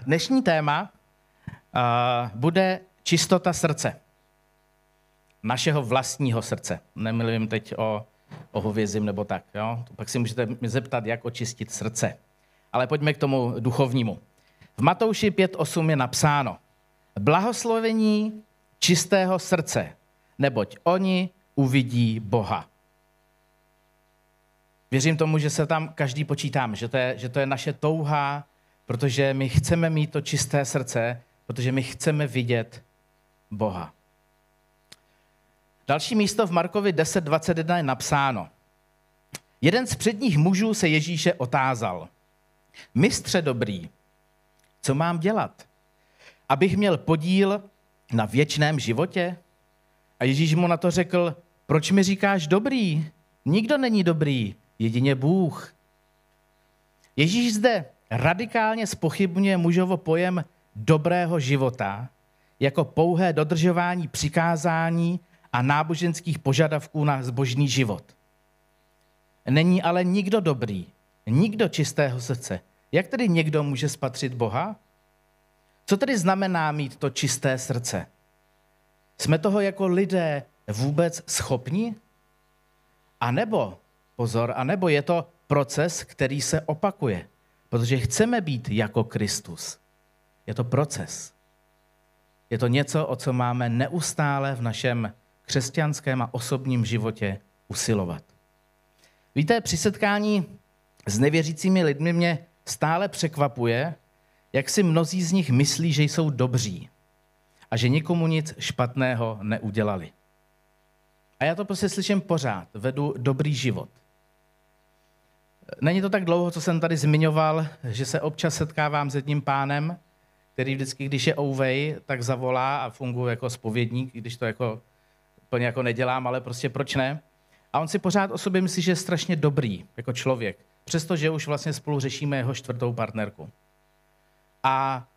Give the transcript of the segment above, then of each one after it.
Dnešní téma bude čistota srdce. Našeho vlastního srdce. Nemluvím teď o hovězím nebo tak. Jo? Pak si můžete mě zeptat, jak očistit srdce. Ale pojďme k tomu duchovnímu. V Matouši 5.8 je napsáno: Blahoslovení čistého srdce, neboť oni uvidí Boha. Věřím tomu, že se tam každý počítáme, že to je naše touha, protože my chceme mít to čisté srdce, protože my chceme vidět Boha. Další místo v Markovi 10.21 je napsáno: Jeden z předních mužů se Ježíše otázal: Mistře dobrý, co mám dělat, abych měl podíl na věčném životě? A Ježíš mu na to řekl: Proč mi říkáš dobrý? Nikdo není dobrý, jedině Bůh. Ježíš zde radikálně zpochybňuje mužovo pojem dobrého života jako pouhé dodržování přikázání a náboženských požadavků na zbožný život. Není ale nikdo dobrý, nikdo čistého srdce. Jak tedy někdo může spatřit Boha? Co tedy znamená mít to čisté srdce? Jsme toho jako lidé vůbec schopni? A nebo je to proces, který se opakuje, protože chceme být jako Kristus. Je to proces. Je to něco, o co máme neustále v našem křesťanském a osobním životě usilovat. Víte, při setkání s nevěřícími lidmi mě stále překvapuje, jak si mnozí z nich myslí, že jsou dobří a že nikomu nic špatného neudělali. A já to prostě slyším pořád. Vedu dobrý život. Není to tak dlouho, co jsem tady zmiňoval, že se občas setkávám s jedním pánem, který vždycky, když je ouvej, tak zavolá a funguje jako zpovědník, když to jako úplně jako nedělám, ale prostě proč ne? A on si pořád o sobě myslí, že je strašně dobrý jako člověk, přestože už vlastně spolu řešíme jeho 4. partnerku. A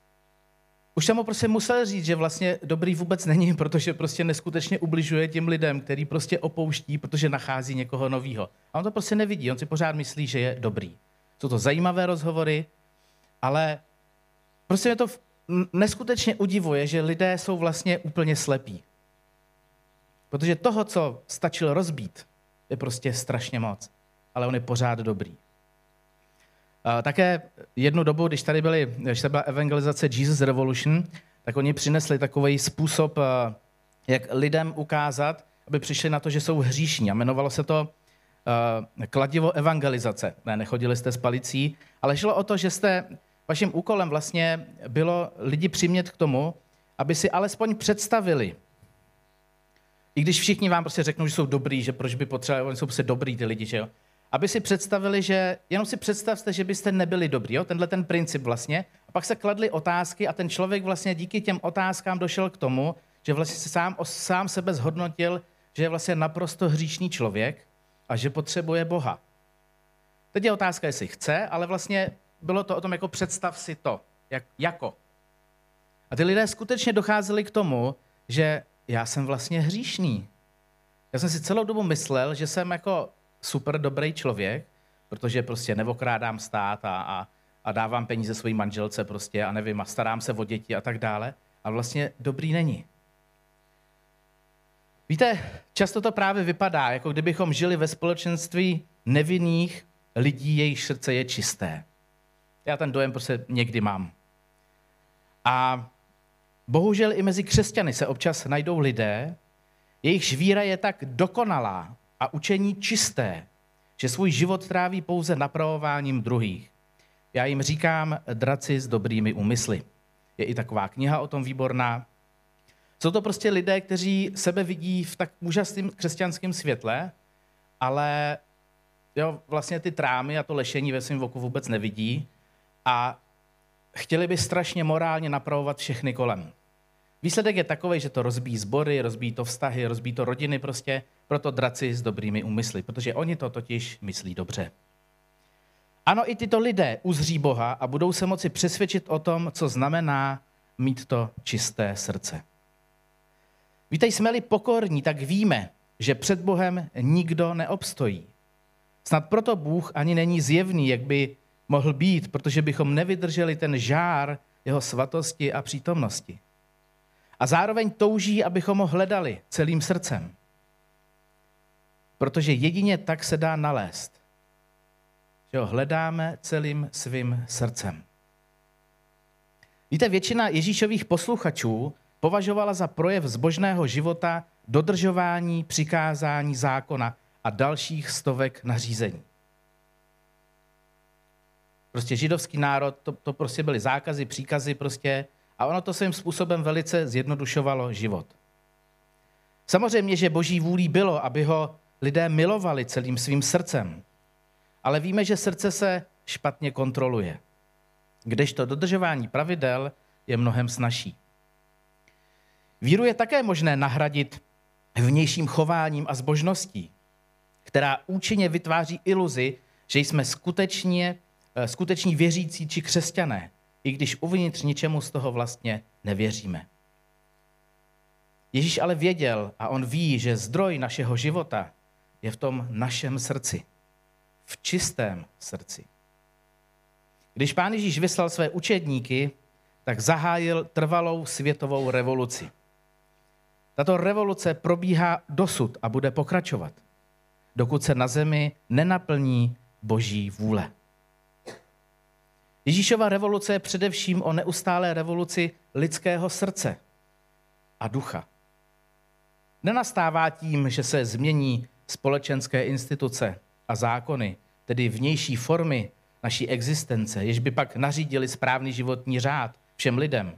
už jsem mu prostě musel říct, že vlastně dobrý vůbec není, protože prostě neskutečně ubližuje těm lidem, který prostě opouští, protože nachází někoho novýho. A on to prostě nevidí, on si pořád myslí, že je dobrý. Jsou to zajímavé rozhovory, ale prostě mě to neskutečně udivuje, že lidé jsou vlastně úplně slepí. Protože toho, co stačil rozbít, je prostě strašně moc, ale on je pořád dobrý. Také jednu dobu, když tady byla evangelizace Jesus Revolution, tak oni přinesli takový způsob, jak lidem ukázat, aby přišli na to, že jsou hříšní. A jmenovalo se to kladivo evangelizace. Ne, nechodili jste s palicí, ale šlo o to, že vaším úkolem vlastně bylo lidi přimět k tomu, aby si alespoň představili, i když všichni vám prostě řeknou, že jsou dobrý, že proč by potřebovali, oni jsou prostě dobrý ty lidi, že jo? Aby si představili, že jenom si představte, že byste nebyli dobrý, jo? Tenhle ten princip vlastně. A pak se kladly otázky a ten člověk vlastně díky těm otázkám došel k tomu, že vlastně si sám sebe zhodnotil, že je vlastně naprosto hříšný člověk a že potřebuje Boha. Teď je otázka, jestli chce, ale vlastně bylo to o tom, jako představ si to, jako. A ty lidé skutečně docházeli k tomu, že já jsem vlastně hříšný. Já jsem si celou dobu myslel, že jsem jako super dobrý člověk, protože prostě neokrádám stát a dávám peníze své manželce prostě a nevím, a starám se o děti a tak dále. A vlastně dobrý není. Víte, často to právě vypadá, jako kdybychom žili ve společenství nevinných lidí, jejich srdce je čisté. Já ten dojem prostě někdy mám. A bohužel i mezi křesťany se občas najdou lidé, jejichž víra je tak dokonalá a učení čisté, že svůj život tráví pouze napravováním druhých. Já jim říkám draci s dobrými úmysly. Je i taková kniha o tom výborná. Jsou to prostě lidé, kteří sebe vidí v tak úžasném křesťanském světle, ale jo, vlastně ty trámy a to lešení ve svém oku vůbec nevidí a chtěli by strašně morálně napravovat všechny kolem. Výsledek je takový, že to rozbíjí sbory, rozbíjí to vztahy, rozbíjí to rodiny prostě, proto draci s dobrými úmysly, protože oni to totiž myslí dobře. Ano, i tyto lidé uzří Boha a budou se moci přesvědčit o tom, co znamená mít to čisté srdce. Víte, jsme-li pokorní, tak víme, že před Bohem nikdo neobstojí. Snad proto Bůh ani není zjevný, jak by mohl být, protože bychom nevydrželi ten žár jeho svatosti a přítomnosti. A zároveň touží, abychom ho hledali celým srdcem. Protože jedině tak se dá nalézt, že ho hledáme celým svým srdcem. Víte, většina Ježíšových posluchačů považovala za projev zbožného života dodržování přikázání zákona a dalších stovek nařízení. Prostě židovský národ, to prostě byly zákazy, příkazy prostě a ono to svým způsobem velice zjednodušovalo život. Samozřejmě, že boží vůlí bylo, aby ho lidé milovali celým svým srdcem, ale víme, že srdce se špatně kontroluje, kdežto dodržování pravidel je mnohem snazší. Víru je také možné nahradit vnějším chováním a zbožností, která účinně vytváří iluzi, že jsme skuteční věřící či křesťané, i když uvnitř ničemu z toho vlastně nevěříme. Ježíš ale věděl a on ví, že zdroj našeho života je v tom našem srdci, v čistém srdci. Když Pán Ježíš vyslal své učedníky, tak zahájil trvalou světovou revoluci. Tato revoluce probíhá dosud a bude pokračovat, dokud se na zemi nenaplní boží vůle. Ježíšova revoluce je především o neustálé revoluci lidského srdce a ducha. Nenastává tím, že se změní společenské instituce a zákony, tedy vnější formy naší existence, jež by pak nařídili správný životní řád všem lidem,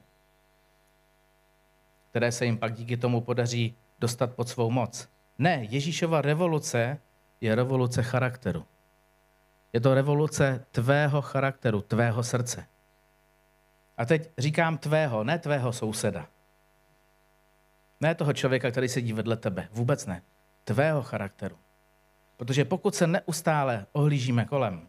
které se jim pak díky tomu podaří dostat pod svou moc. Ne, Ježíšova revoluce je revoluce charakteru. Je to revoluce tvého charakteru, tvého srdce. A teď říkám tvého, ne tvého souseda. Ne toho člověka, který sedí vedle tebe. Vůbec ne. Tvého charakteru. Protože pokud se neustále ohlížíme kolem,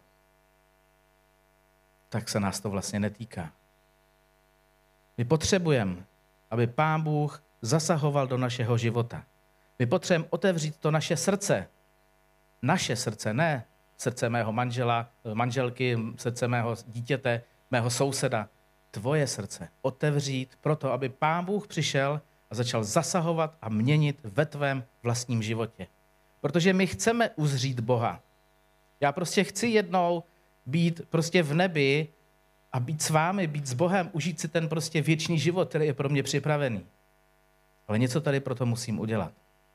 tak se nás to vlastně netýká. My potřebujeme, aby Pán Bůh zasahoval do našeho života. My potřebujeme otevřít to naše srdce. Naše srdce, ne srdce mého manžela, manželky, srdce mého dítěte, mého souseda. Tvoje srdce otevřít proto, aby Pán Bůh přišel a začal zasahovat a měnit ve tvém vlastním životě. Protože my chceme uzřít Boha. Já prostě chci jednou být prostě v nebi a být s vámi, být s Bohem, užít si ten prostě věčný život, který je pro mě připravený. Ale něco tady proto musím udělat.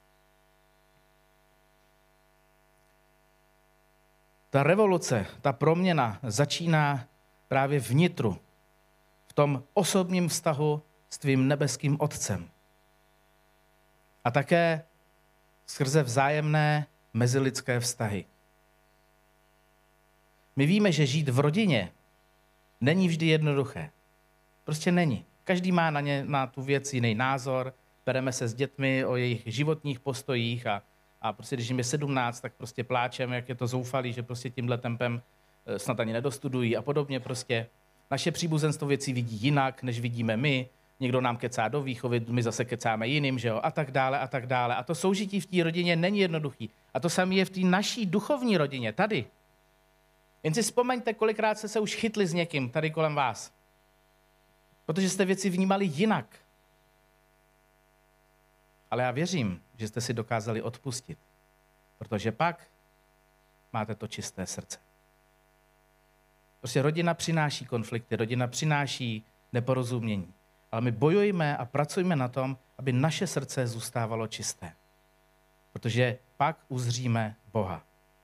Ta revoluce, ta proměna začíná právě vnitru, v tom osobním vztahu s tvým nebeským Otcem. A také skrze vzájemné mezilidské vztahy. My víme, že žít v rodině není vždy jednoduché. Prostě není. Každý má na tu věc jiný názor, bereme se s dětmi o jejich životních postojích a prostě když jim je 17, tak prostě pláčeme, jak je to zoufalý, že prostě tímhle tempem snad ani nedostudují a podobně prostě. Naše příbuzenstvo věcí vidí jinak, než vidíme my. Někdo nám kecá do výchovy, my zase kecáme jiným, že jo, a tak dále, a tak dále. A to soužití v té rodině není jednoduchý. A to samé je v té naší duchovní rodině, tady. Jen si vzpomeňte, kolikrát jste se už chytli s někým tady kolem vás. Protože jste věci vnímali jinak. Ale já věřím, že jste si dokázali odpustit. Protože pak máte to čisté srdce. Prostě rodina přináší konflikty, rodina přináší neporozumění. Ale my bojujeme a pracujeme na tom, aby naše srdce zůstávalo čisté. Protože pak uzříme Boha.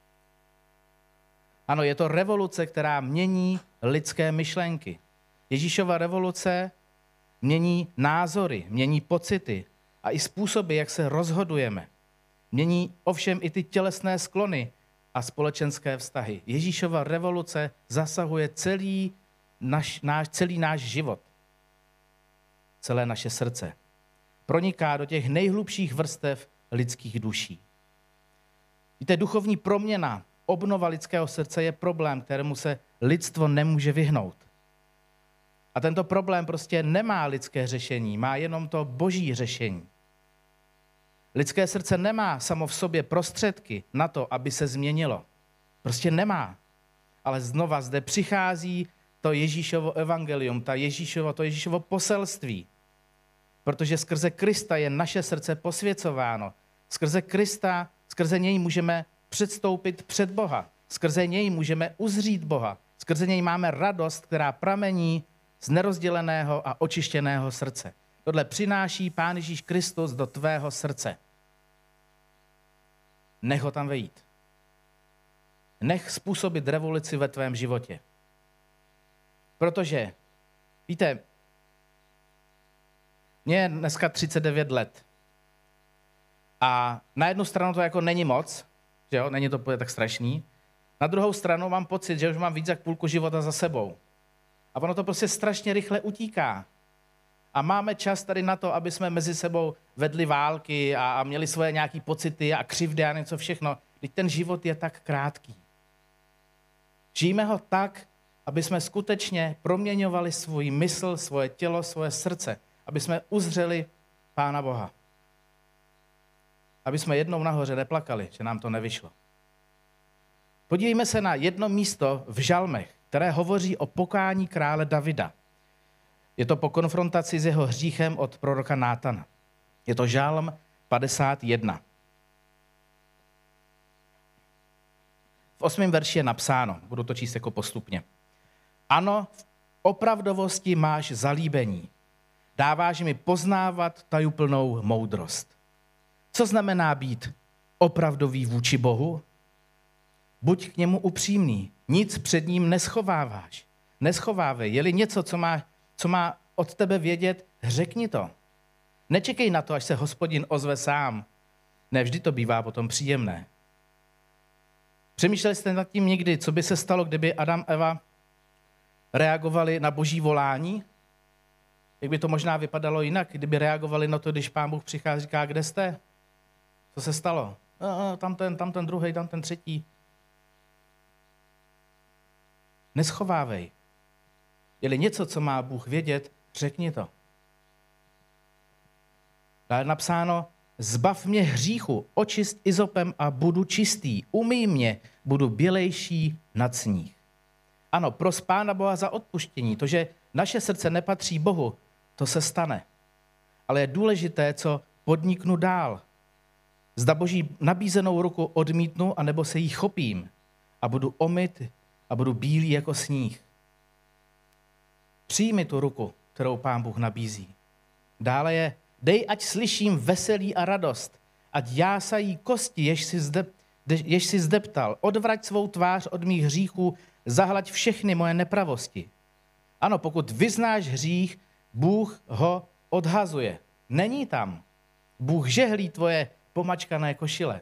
Ano, je to revoluce, která mění lidské myšlenky. Ježíšova revoluce mění názory, mění pocity a i způsoby, jak se rozhodujeme. Mění ovšem i ty tělesné sklony a společenské vztahy. Ježíšova revoluce zasahuje celý náš život, celé naše srdce. Proniká do těch nejhlubších vrstev lidských duší. Víte, duchovní proměna, obnova lidského srdce je problém, kterému se lidstvo nemůže vyhnout. A tento problém prostě nemá lidské řešení, má jenom to boží řešení. Lidské srdce nemá samo v sobě prostředky na to, aby se změnilo. Prostě nemá. ale znova zde přichází to Ježíšovo evangelium, to Ježíšovo poselství. Protože skrze Krista je naše srdce posvěcováno. Skrze Krista, skrze něj můžeme předstoupit před Boha. Skrze něj můžeme uzřít Boha. Skrze něj máme radost, která pramení z nerozděleného a očištěného srdce. Tohle přináší Pán Ježíš Kristus do tvého srdce. Nech ho tam vejít. Nech způsobit revoluci ve tvém životě. Protože, víte, mně je dneska 39 let. A na jednu stranu to jako není moc, že jo, není to tak strašný. Na druhou stranu mám pocit, že už mám víc jak půlku života za sebou. A ono to prostě strašně rychle utíká. A máme čas tady na to, aby jsme mezi sebou vedli války a měli svoje nějaké pocity a křivdy a něco všechno. Vždyť ten život je tak krátký. Žijeme ho tak, aby jsme skutečně proměňovali svůj mysl, svoje tělo, svoje srdce. Aby jsme uzřeli Pána Boha. Aby jsme jednou nahoře neplakali, že nám to nevyšlo. Podívejme se na jedno místo v Žalmech, které hovoří o pokání krále Davida. Je to po konfrontaci s jeho hříchem od proroka Nátana. Je to Žalm 51. V 8. verši je napsáno, budu to číst jako postupně. Ano, v opravdovosti máš zalíbení. Dáváš mi poznávat tajuplnou moudrost. Co znamená být opravdový vůči Bohu? Buď k němu upřímný, nic před ním neschováváš. Neschovávej, je-li něco, co má od tebe vědět, řekni to. Nečekej na to, až se Hospodin ozve sám. Ne vždy to bývá potom příjemné. Přemýšleli jste nad tím někdy, co by se stalo, kdyby Adam a Eva reagovali na Boží volání? Jak by to možná vypadalo jinak, kdyby reagovali na to, když Pán Bůh přichází a říká, kde jste? Co se stalo? Tam ten druhej, tam ten třetí. Neschovávej. Je-li něco, co má Bůh vědět, řekni to. Dále napsáno, zbav mě hříchu, očist izopem a budu čistý. Umyj mě, budu bělejší nad sníh. Ano, pros Pána Boha za odpuštění. To, že naše srdce nepatří Bohu, to se stane. Ale je důležité, co podniknu dál. Zda Boží nabízenou ruku odmítnu, anebo se jí chopím a budu omyt a budu bílý jako sníh. Přijmi tu ruku, kterou Pán Bůh nabízí. Dále je, dej, ať slyším veselí a radost, ať jásají kosti, jež si zdeptal. Odvrať svou tvář od mých hříchů, zahlaď všechny moje nepravosti. Ano, pokud vyznáš hřích, Bůh ho odhazuje. Není tam. Bůh žehlí tvoje pomačkané košile.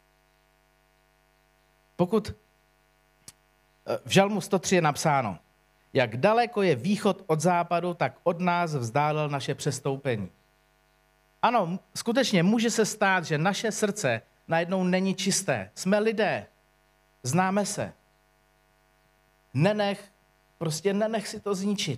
Pokud v Žalmu 103 je napsáno, jak daleko je východ od západu, tak od nás vzdálil naše přestoupení. Ano, skutečně může se stát, že naše srdce najednou není čisté. Jsme lidé, známe se. Nenech si to zničit.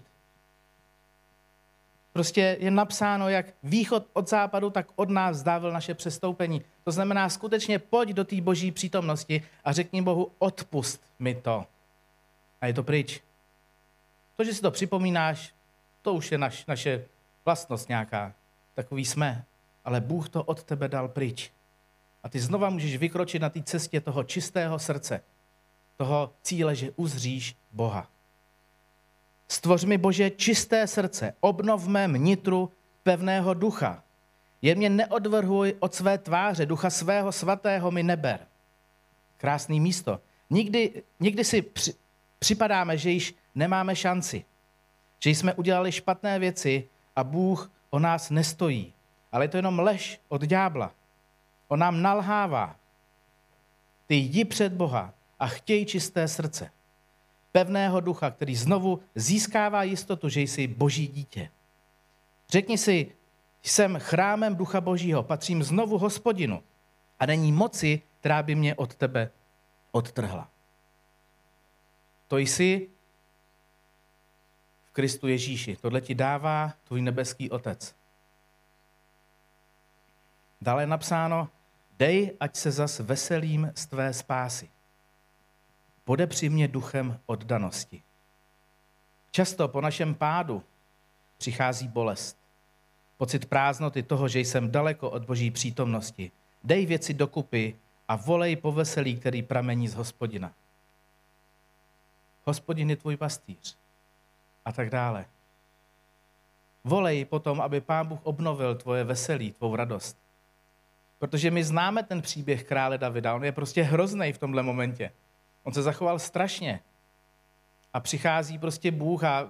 Prostě je napsáno, jak východ od západu, tak od nás vzdálil naše přestoupení. To znamená, skutečně pojď do té Boží přítomnosti a řekni Bohu, odpusť mi to. A je to pryč. To, že si to připomínáš, to už je naše vlastnost nějaká. Takový jsme. Ale Bůh to od tebe dal pryč. A ty znova můžeš vykročit na té cestě toho čistého srdce. Toho cíle, že uzříš Boha. Stvoř mi, Bože, čisté srdce, obnov v mém nitru pevného ducha. Jen mě neodvrhuj od své tváře, ducha svého svatého mi neber. Krásný místo. Někdy si připadáme, že již nemáme šanci. Že jsme udělali špatné věci a Bůh o nás nestojí. Ale je to jenom lež od ďábla. On nám nalhává. Ty jdi před Boha a chtěj čisté srdce. Pevného ducha, který znovu získává jistotu, že jsi Boží dítě. Řekni si, jsem chrámem Ducha Božího, patřím znovu Hospodinu a není moci, která by mě od tebe odtrhla. To jsi v Kristu Ježíši. Tohle ti dává tvůj nebeský Otec. Dále je napsáno, dej, ať se zas veselím z tvé spásy. podepři mě duchem oddanosti. Často po našem pádu přichází bolest. Pocit prázdnoty toho, že jsem daleko od Boží přítomnosti. Dej věci dokupy a volej po veselí, který pramení z Hospodina. Hospodin je tvůj pastýř. A tak dále. Volej potom, aby Pán Bůh obnovil tvoje veselí, tvou radost. Protože my známe ten příběh krále Davida. On je prostě hrozný v tomhle momentě. On se zachoval strašně. A přichází prostě Bůh a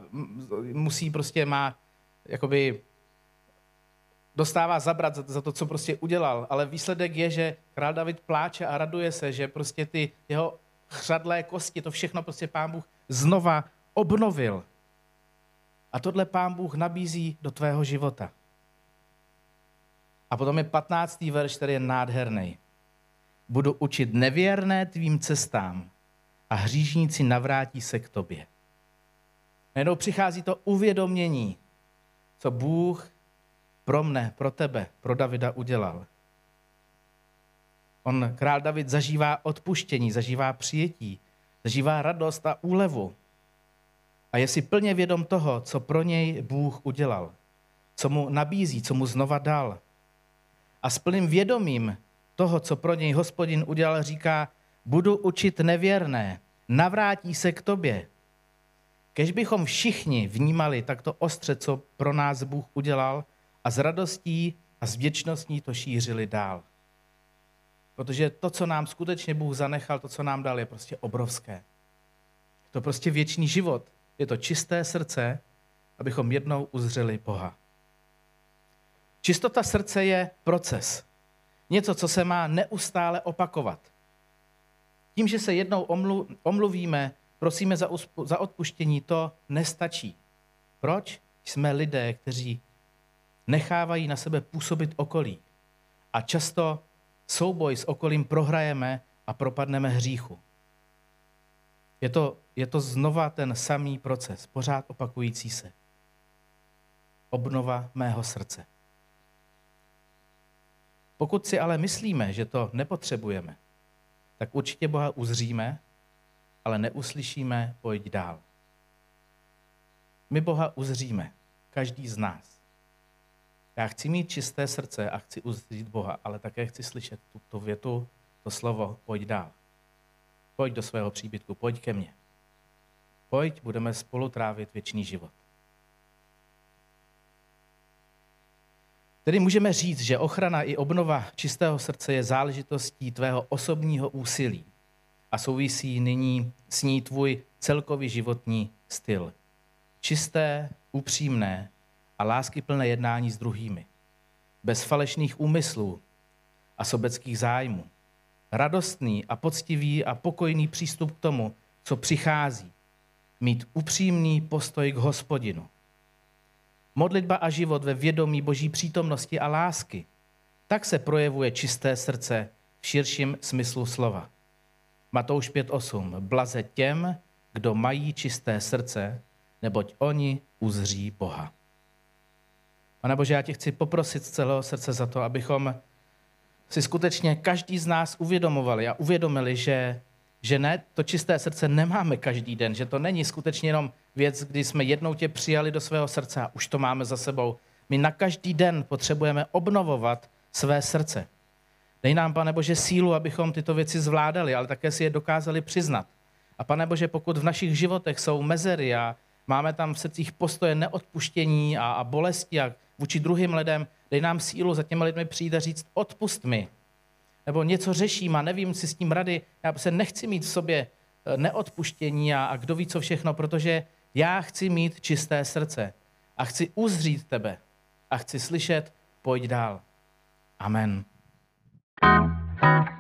dostává zabrat za to, co prostě udělal. Ale výsledek je, že král David pláče a raduje se, že prostě ty jeho chřadlé kosti, to všechno prostě Pán Bůh znova obnovil. A tohle Pán Bůh nabízí do tvého života. A potom je 15. verš, který je nádherný. Budu učit nevěrné tvým cestám a hříšníci navrátí se k tobě. Najednou přichází to uvědomění, co Bůh pro mne, pro tebe, pro Davida udělal. Král David zažívá odpuštění, zažívá přijetí, zažívá radost a úlevu. A je si plně vědom toho, co pro něj Bůh udělal, co mu nabízí, co mu znova dal. A s plným vědomím toho, co pro něj Hospodin udělal, říká, budu učit nevěrné, navrátí se k tobě. Kež bychom všichni vnímali takto ostře, co pro nás Bůh udělal a s radostí a s vděčností to šířili dál. Protože to, co nám skutečně Bůh zanechal, to, co nám dal, je prostě obrovské. Je to prostě věčný život. Je to čisté srdce, abychom jednou uzřeli Boha. Čistota srdce je proces. Něco, co se má neustále opakovat. Tím, že se jednou omluvíme, prosíme za odpuštění, to nestačí. Proč? Jsme lidé, kteří nechávají na sebe působit okolí. A často souboj s okolím prohrajeme a propadneme hříchu. Je to znova ten samý proces, pořád opakující se. Obnova mého srdce. Pokud si ale myslíme, že to nepotřebujeme, tak určitě Boha uzříme, ale neuslyšíme, pojď dál. My Boha uzříme, každý z nás. Já chci mít čisté srdce a chci uzřít Boha, ale také chci slyšet tu větu, to slovo, pojď dál. Pojď do svého příbytku, pojď ke mně. Pojď, budeme spolu trávit věčný život. Tedy můžeme říct, že ochrana i obnova čistého srdce je záležitostí tvého osobního úsilí a souvisí nyní s ní tvůj celkový životní styl. Čisté, upřímné a láskyplné jednání s druhými. Bez falešných úmyslů a sobeckých zájmů. Radostný a poctivý a pokojný přístup k tomu, co přichází. Mít upřímný postoj k Hospodinu. Modlitba a život ve vědomí Boží přítomnosti a lásky. Tak se projevuje čisté srdce v širším smyslu slova. Matouš 5:8. Blaze těm, kdo mají čisté srdce, neboť oni uzří Boha. Pane Bože, já tě chci poprosit z celého srdce za to, abychom si skutečně každý z nás uvědomovali a uvědomili, že ne, to čisté srdce nemáme každý den, že to není skutečně jenom věc, kdy jsme jednou tě přijali do svého srdce a už to máme za sebou. My na každý den potřebujeme obnovovat své srdce. Dej nám, Pane Bože, sílu, abychom tyto věci zvládali, ale také si je dokázali přiznat. A Pane Bože, pokud v našich životech jsou mezery a máme tam v srdcích postoje neodpuštění a bolesti a vůči druhým lidem, dej nám sílu za těmi lidmi přijít a říct, odpust mi. Nebo něco řeším a nevím si s tím rady, já se nechci mít v sobě neodpuštění a kdo ví co všechno, protože já chci mít čisté srdce a chci uzřít tebe a chci slyšet, pojď dál. Amen.